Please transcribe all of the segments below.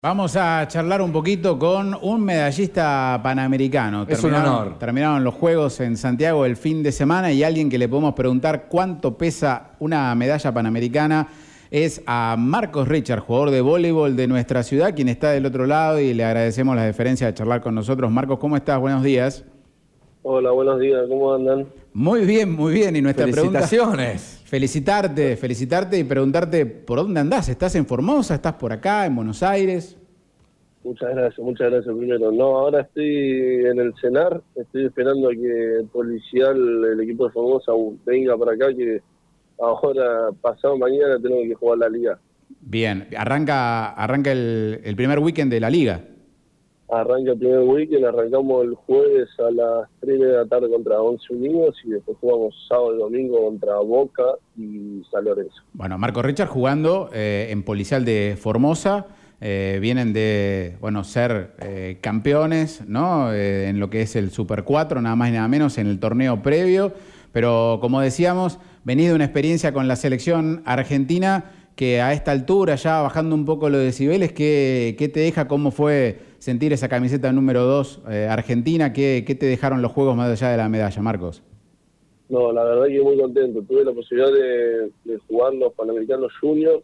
Vamos a charlar un poquito con un medallista panamericano. Es un honor. Terminaron los Juegos en Santiago el fin de semana y alguien que le podemos preguntar cuánto pesa una medalla panamericana es a Marcos Richard, jugador de voleibol de nuestra ciudad, quien está del otro lado y le agradecemos la deferencia de charlar con nosotros. Marcos, ¿cómo estás? Buenos días. Hola, buenos días, ¿cómo andan? Muy bien, muy bien. Y nuestra Felicitaciones. Felicitarte y preguntarte por dónde andás. ¿Estás en Formosa? ¿Estás por acá, en Buenos Aires? Muchas gracias primero. No, ahora estoy en el CENAR, estoy esperando a que policial, el equipo de Formosa, venga para acá, que ahora, pasado mañana, tenemos que jugar la liga. Bien, arranca el primer weekend de la liga. Arranca el primer weekend, arrancamos el jueves a las 3 de la tarde contra 11 Unidos y después jugamos sábado y domingo contra Boca y San Lorenzo. Bueno, Marcos Richard jugando en Policial de Formosa, vienen de ser campeones, ¿no? En lo que es el Super 4, nada más y nada menos, en el torneo previo, pero como decíamos, venís de una experiencia con la selección argentina que a esta altura, ya bajando un poco los decibeles, ¿qué te deja? ¿Cómo fue sentir esa camiseta número 2 argentina? ¿Qué te dejaron los Juegos más allá de la medalla, Marcos? No, la verdad que muy contento. Tuve la posibilidad de jugar los Panamericanos Juniors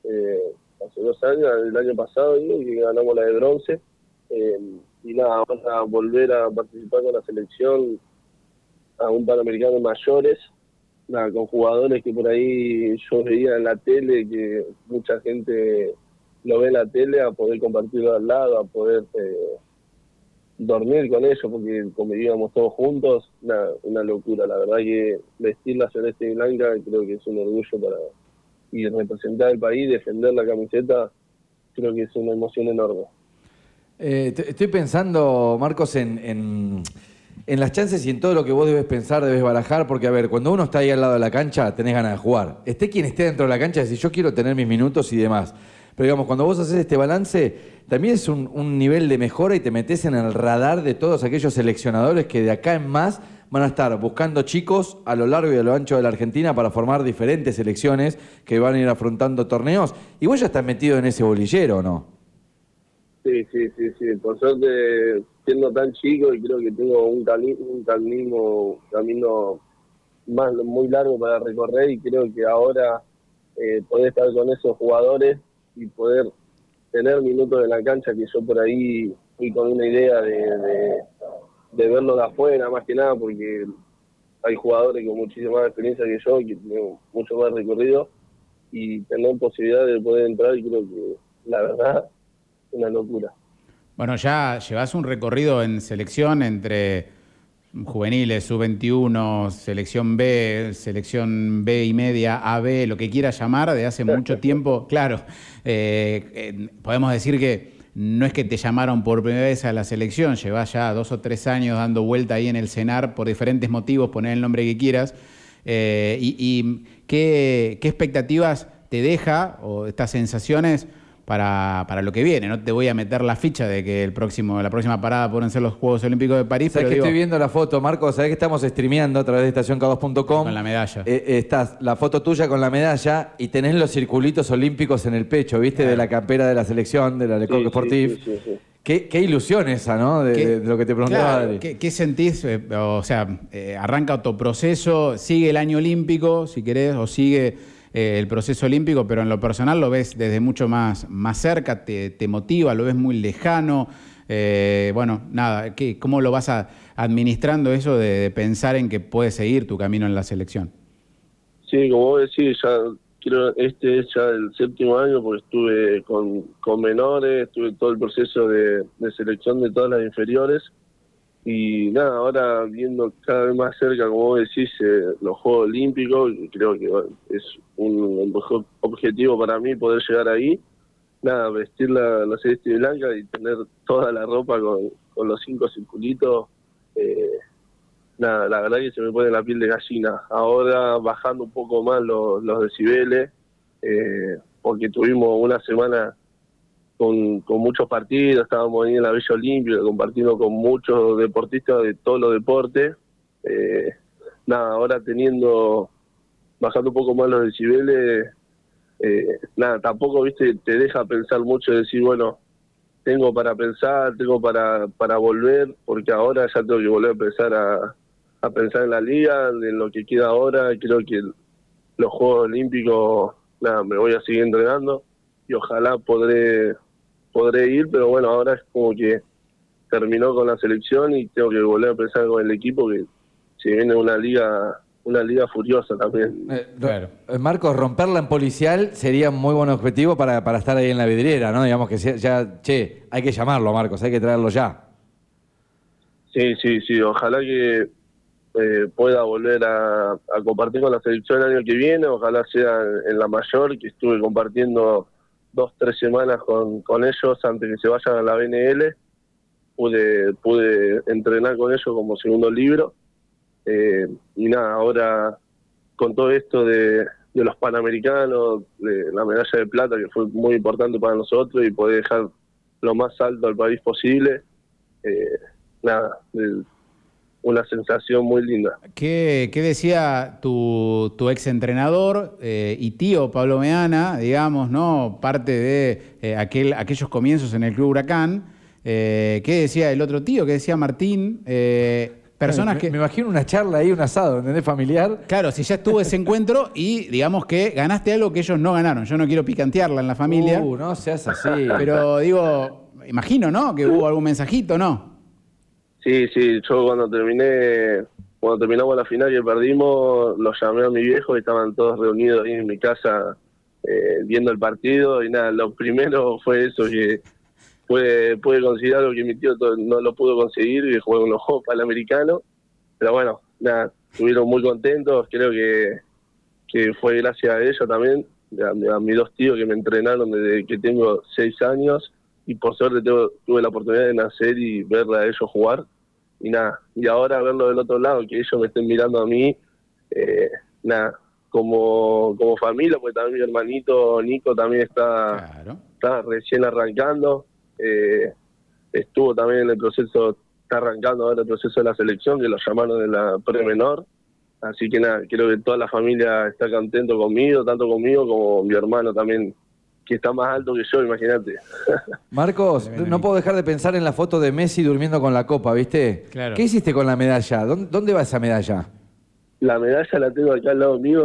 hace 2 años, el año pasado, y ganamos la de bronce. Y nada, vamos a volver a participar con la selección a un Panamericano de mayores. Nada, con jugadores que por ahí yo veía en la tele, que mucha gente lo ve en la tele, a poder compartirlo al lado, a poder dormir con ellos, porque convivíamos todos juntos, una locura. La verdad que vestir la celeste y blanca creo que es un orgullo y representar el país, defender la camiseta, creo que es una emoción enorme. Estoy pensando, Marcos, en las chances y en todo lo que vos debes pensar, debes barajar, porque a ver, cuando uno está ahí al lado de la cancha, tenés ganas de jugar. Esté quien esté dentro de la cancha, decís, yo quiero tener mis minutos y demás. Pero digamos, cuando vos haces este balance, también es un nivel de mejora y te metés en el radar de todos aquellos seleccionadores que de acá en más van a estar buscando chicos a lo largo y a lo ancho de la Argentina para formar diferentes selecciones que van a ir afrontando torneos. Y vos ya estás metido en ese bolillero, ¿no? Sí. Por suerte, siendo tan chico, y creo que tengo un camino muy largo para recorrer, y creo que ahora poder estar con esos jugadores y poder tener minutos en la cancha, que yo por ahí fui con una idea de verlo de afuera, más que nada, porque hay jugadores con muchísima más experiencia que yo, que tienen mucho más recorrido, y tener posibilidad de poder entrar, y creo que, la verdad, una locura. Bueno, ya llevas un recorrido en selección entre juveniles, sub-21, selección B y media, AB, lo que quieras llamar, de hace mucho tiempo. Claro, podemos decir que no es que te llamaron por primera vez a la selección, llevas ya 2 o 3 años dando vuelta ahí en el CENAR por diferentes motivos, poner el nombre que quieras. ¿Y qué expectativas te deja o estas sensaciones para lo que viene? No te voy a meter la ficha de que la próxima parada pueden ser los Juegos Olímpicos de París. ¿Sabés que estoy viendo la foto, Marcos? ¿Sabés que estamos streameando a través de estacionk2.com? Con la medalla. Estás la foto tuya con la medalla y tenés los circulitos olímpicos en el pecho, ¿viste? Claro. De la campera de la selección, de la Lecoq Sportif. Sí. Qué ilusión esa, ¿no? De lo que te preguntaba, claro, Adri. ¿Qué sentís? Arranca otro proceso, sigue el año olímpico, si querés, o sigue el proceso olímpico, pero en lo personal lo ves desde mucho más cerca, te motiva, lo ves muy lejano. ¿Cómo lo vas administrando eso de pensar en que puedes seguir tu camino en la selección? Sí, como vos decís, este es ya el 7º año, porque estuve con menores, estuve todo el proceso de selección de todas las inferiores. Y nada, ahora viendo cada vez más cerca, como vos decís, los Juegos Olímpicos, creo que es un mejor objetivo para mí poder llegar ahí. Nada, vestir la celeste y blanca y tener toda la ropa con los 5 circulitos. Nada, la verdad que se me pone la piel de gallina. Ahora bajando un poco más los decibeles, porque tuvimos una semana con muchos partidos, estábamos ahí en la Villa Olímpica compartiendo con muchos deportistas de todos los deportes. Ahora bajando un poco más los decibeles, tampoco, viste, te deja pensar mucho, decir, bueno, tengo para pensar, tengo para volver, porque ahora ya tengo que volver a empezar a pensar en la liga, en lo que queda ahora. Creo que los Juegos Olímpicos, nada, me voy a seguir entrenando y ojalá podré ir, pero bueno, ahora es como que terminó con la selección y tengo que volver a empezar con el equipo, que se viene una liga furiosa también. Claro. Marcos, romperla en policial sería un muy buen objetivo para estar ahí en la vidriera, ¿no? Digamos que ya, hay que llamarlo, Marcos, hay que traerlo ya. Sí, ojalá que pueda volver a compartir con la selección el año que viene, ojalá sea en la mayor, que estuve compartiendo 2-3 semanas con ellos antes que se vayan a la BNL, pude entrenar con ellos como segundo libro, y nada, ahora con todo esto de los Panamericanos, de la medalla de plata, que fue muy importante para nosotros, y poder dejar lo más alto al país posible, nada, una sensación muy linda. ¿Qué decía tu ex entrenador y tío Pablo Meana, digamos, ¿no? Parte de aquellos comienzos en el Club Huracán. ¿Qué decía el otro tío? ¿Qué decía Martín? Personas que... Me imagino una charla ahí, un asado, ¿entendés? Familiar. Claro, si ya estuvo ese encuentro y digamos que ganaste algo que ellos no ganaron. Yo no quiero picantearla en la familia. No seas así. Pero digo, imagino, ¿no? Que hubo algún mensajito, ¿no? Sí, yo cuando terminamos la final que perdimos, los llamé a mi viejo y estaban todos reunidos ahí en mi casa viendo el partido, y nada, lo primero fue eso, que pude conseguir algo que mi tío no lo pudo conseguir, y jugué con los Juegos Panamericanos, pero bueno, nada, estuvieron muy contentos. Creo que fue gracias a ellos también, a mis dos tíos que me entrenaron desde que tengo 6 años, y por suerte tuve la oportunidad de nacer y verla a ellos jugar, y nada, y ahora verlo del otro lado, que ellos me estén mirando a mí, nada, como familia, porque también mi hermanito Nico también está recién arrancando, estuvo también en el proceso, está arrancando ahora el proceso de la selección, que lo llamaron de la pre-menor, así que nada, creo que toda la familia está contento conmigo, tanto conmigo como mi hermano también, que está más alto que yo, imagínate. Marcos, no puedo dejar de pensar en la foto de Messi durmiendo con la copa, ¿viste? Claro. ¿Qué hiciste con la medalla? ¿Dónde va esa medalla? La medalla la tengo acá al lado mío,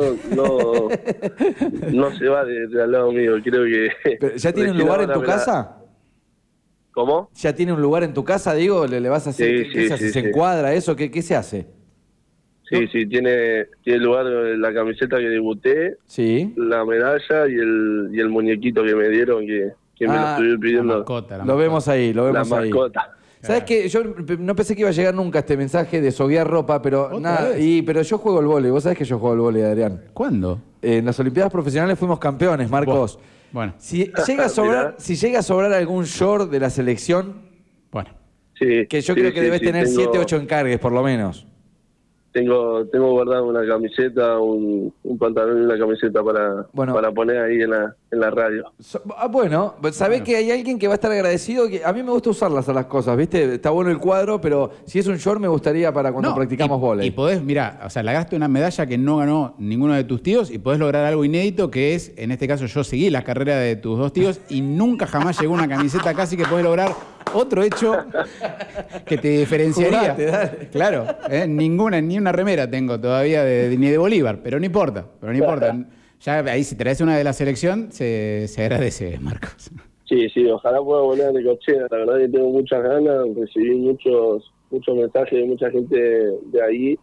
no se va de al lado mío, creo que... ¿Pero ¿ya tiene un lugar en tu casa? ¿Cómo? ¿Ya tiene un lugar en tu casa, digo? ¿Le vas a hacer? ¿Qué se hace? ¿Se encuadra eso? ¿Qué se hace? Sí, tiene lugar la camiseta que debuté, sí, la medalla y el muñequito que me dieron, que me lo estuvieron pidiendo. La mascota. Lo vemos ahí, lo vemos ahí. La mascota. ¿Sabes qué? Yo no pensé que iba a llegar nunca este mensaje de soguear ropa, pero nada. Pero yo juego al vóley. Vos sabés que yo juego al vóley, Adrián. ¿Cuándo? En las Olimpiadas Profesionales fuimos campeones, Marcos. Bueno. Si llega a sobrar algún short de la selección, bueno, que yo creo que debes tener 7, 8 encargues, por lo menos. Tengo guardado una camiseta, un pantalón y una camiseta para poner ahí en la radio. Bueno, sabés que hay alguien que va a estar agradecido. Que a mí me gusta usarlas a las cosas, ¿viste? Está bueno el cuadro, pero si es un short me gustaría para cuando practicamos vóley. Y podés, mirá, o sea, lagaste una medalla que no ganó ninguno de tus tíos y podés lograr algo inédito, que es, en este caso yo seguí la carrera de tus dos tíos y nunca jamás llegó una camiseta, casi que podés lograr otro hecho que te diferenciaría. Jurate, dale. Claro, ni una remera tengo todavía ni de Bolívar, pero no importa. Ya ahí si traes una de la selección, se agradece, Marcos. Sí, ojalá pueda volver a Necochea. La verdad que tengo muchas ganas, recibí muchos mensajes de mucha gente de ahí.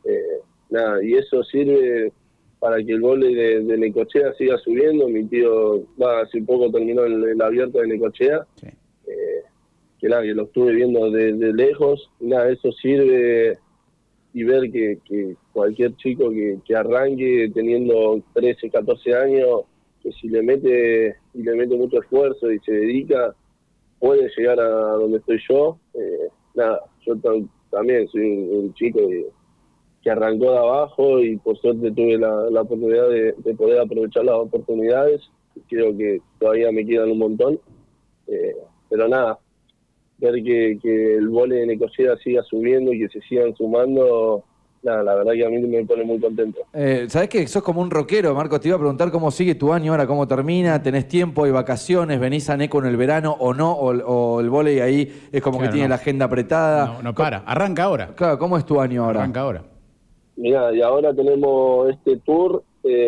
Y eso sirve para que el vóley de Necochea siga subiendo. Mi tío hace poco terminó el abierto de Necochea. Sí. Que lo estuve viendo de lejos. Eso sirve, y ver que cualquier chico que arranque teniendo 13, 14 años, que si le mete mucho esfuerzo y se dedica, puede llegar a donde estoy yo. Yo también soy un chico que arrancó de abajo, y por suerte tuve la oportunidad de poder aprovechar las oportunidades. Creo que todavía me quedan un montón, pero nada, ver que el vóley de Necochea siga subiendo y que se sigan sumando nada, la verdad que a mí me pone muy contento. ¿Sabés que sos como un rockero, Marcos? Te iba a preguntar cómo sigue tu año ahora, cómo termina, tenés tiempo, hay vacaciones, venís a Neco en el verano o no, o el vóley ahí es como Claro, que tiene no. la agenda apretada. No para, arranca ahora. Claro, ¿cómo es tu año ahora? Arranca ahora. Mirá, y ahora tenemos este tour,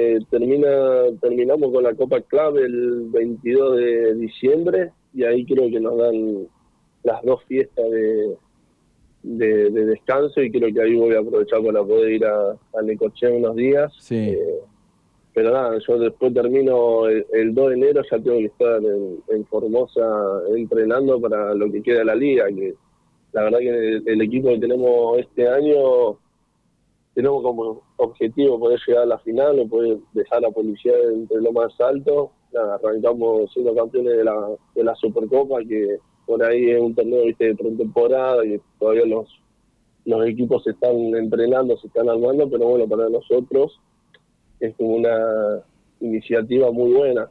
terminamos con la Copa Club el 22 de diciembre y ahí creo que nos dan las 2 fiestas de descanso y creo que ahí voy a aprovechar para poder ir a Necochea unos días. Sí. Pero nada, yo después termino el 2 de enero, ya tengo que estar en Formosa entrenando para lo que queda de la liga, que la verdad que el equipo que tenemos este año tenemos como objetivo poder llegar a la final o poder dejar la policía entre lo más alto. Nada, arrancamos siendo campeones de la Supercopa, que por ahí es un torneo, viste, de pretemporada, y todavía los equipos se están entrenando, se están armando, pero bueno, para nosotros es como una iniciativa muy buena.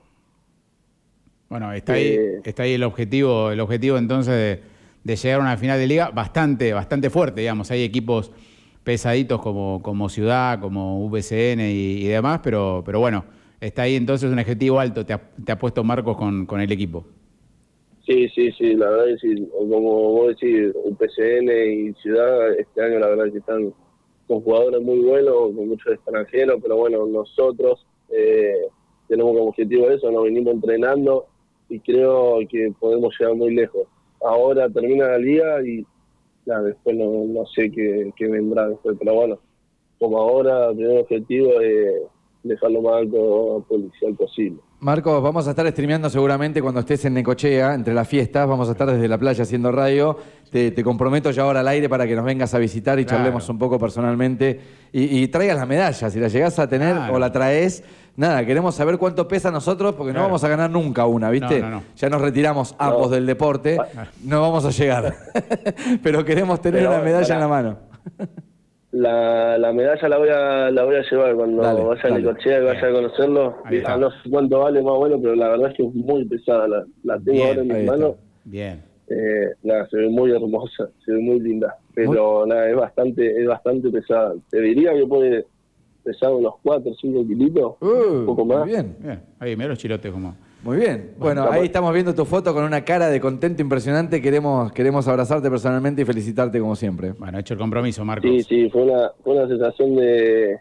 Bueno, está ahí el objetivo entonces de llegar a una final de liga bastante fuerte, digamos. Hay equipos pesaditos como Ciudad, como VCN y demás, pero bueno, está ahí entonces un objetivo alto, te ha puesto Marcos con el equipo. Sí, la verdad es que sí, como vos decís, UPCN y Ciudad este año la verdad es que están con jugadores muy buenos, con muchos extranjeros, pero bueno, nosotros tenemos como objetivo eso, nos venimos entrenando y creo que podemos llegar muy lejos. Ahora termina la liga y nada, después no sé qué vendrá después, pero bueno, como ahora el primer objetivo es dejar lo más alto policial posible. Marcos, vamos a estar streameando seguramente cuando estés en Necochea, entre las fiestas, vamos a estar desde la playa haciendo radio. Te comprometo ya ahora al aire para que nos vengas a visitar y charlemos un poco personalmente y traigas las medallas, si las llegás a tener o la traes. Nada, queremos saber cuánto pesa nosotros porque no vamos a ganar nunca una, ¿viste? No. Ya nos retiramos ambos del deporte, no vamos a llegar. Pero queremos tener una medalla en la mano. La medalla la voy a llevar cuando vaya a Necochea y vaya a conocerlo. No sé cuánto vale más o menos, pero la verdad es que es muy pesada. La tengo ahora en mis manos. Bien. Nada, se ve muy hermosa, se ve muy linda. Pero nada, es bastante pesada. Te diría que puede pesar unos 4 o 5 kilitos, un poco más. Muy bien. Ahí, mira los chilotes como... Muy bien. Bueno, ahí estamos viendo tu foto con una cara de contento impresionante. Queremos abrazarte personalmente y felicitarte como siempre. Bueno, hecho el compromiso, Marcos. Sí, fue una sensación de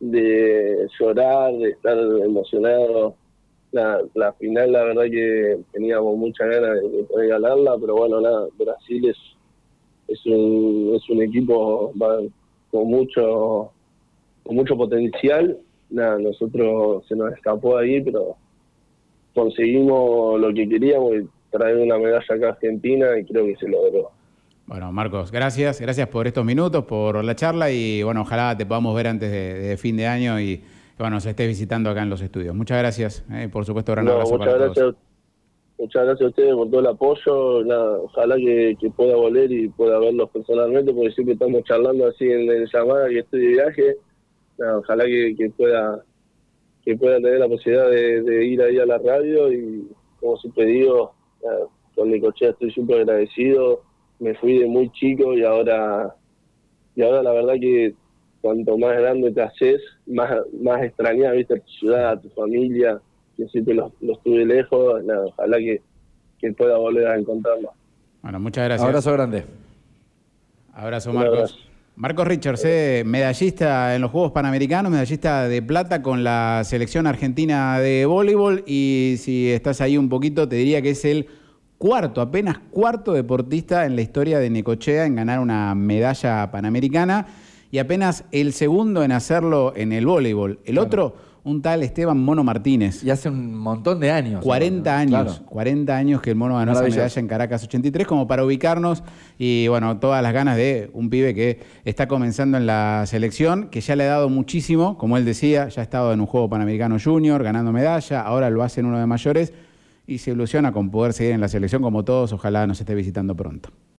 llorar, de estar emocionado. La final, la verdad que teníamos muchas ganas de poder ganarla, pero bueno, Brasil es un equipo con mucho potencial. Nosotros se nos escapó ahí, pero conseguimos lo que queríamos, traer una medalla acá a Argentina y creo que se logró. Bueno, Marcos, gracias por estos minutos, por la charla y bueno, ojalá te podamos ver antes de fin de año y bueno, nos estés visitando acá en los estudios. Muchas gracias, por supuesto, gran abrazo para todos. Muchas gracias a ustedes por todo el apoyo. Ojalá que pueda volver y pueda verlos personalmente, porque siempre estamos charlando así en llamada y estoy de viaje. Ojalá que pueda tener la posibilidad de ir ahí a la radio y, como siempre digo, con Necochea estoy súper agradecido. Me fui de muy chico y ahora la verdad que cuanto más grande te haces, más extrañas, viste, a tu ciudad, a tu familia, que siempre los tuve lejos. Ojalá que pueda volver a encontrarlos. Bueno, muchas gracias. Abrazo grande. Abrazo, Marcos. Marcos Richards, medallista en los Juegos Panamericanos, medallista de plata con la selección argentina de voleibol y si estás ahí un poquito te diría que es el apenas cuarto deportista en la historia de Necochea en ganar una medalla panamericana y apenas el segundo en hacerlo en el voleibol. El otro, un tal Esteban Mono Martínez. Y hace un montón de años. 40 años, claro. 40 años que el Mono ganó esa medalla en Caracas 83, como para ubicarnos y bueno, todas las ganas de un pibe que está comenzando en la selección, que ya le ha dado muchísimo, como él decía, ya ha estado en un Juego Panamericano Junior, ganando medalla, ahora lo hace en uno de mayores y se ilusiona con poder seguir en la selección como todos, ojalá nos esté visitando pronto.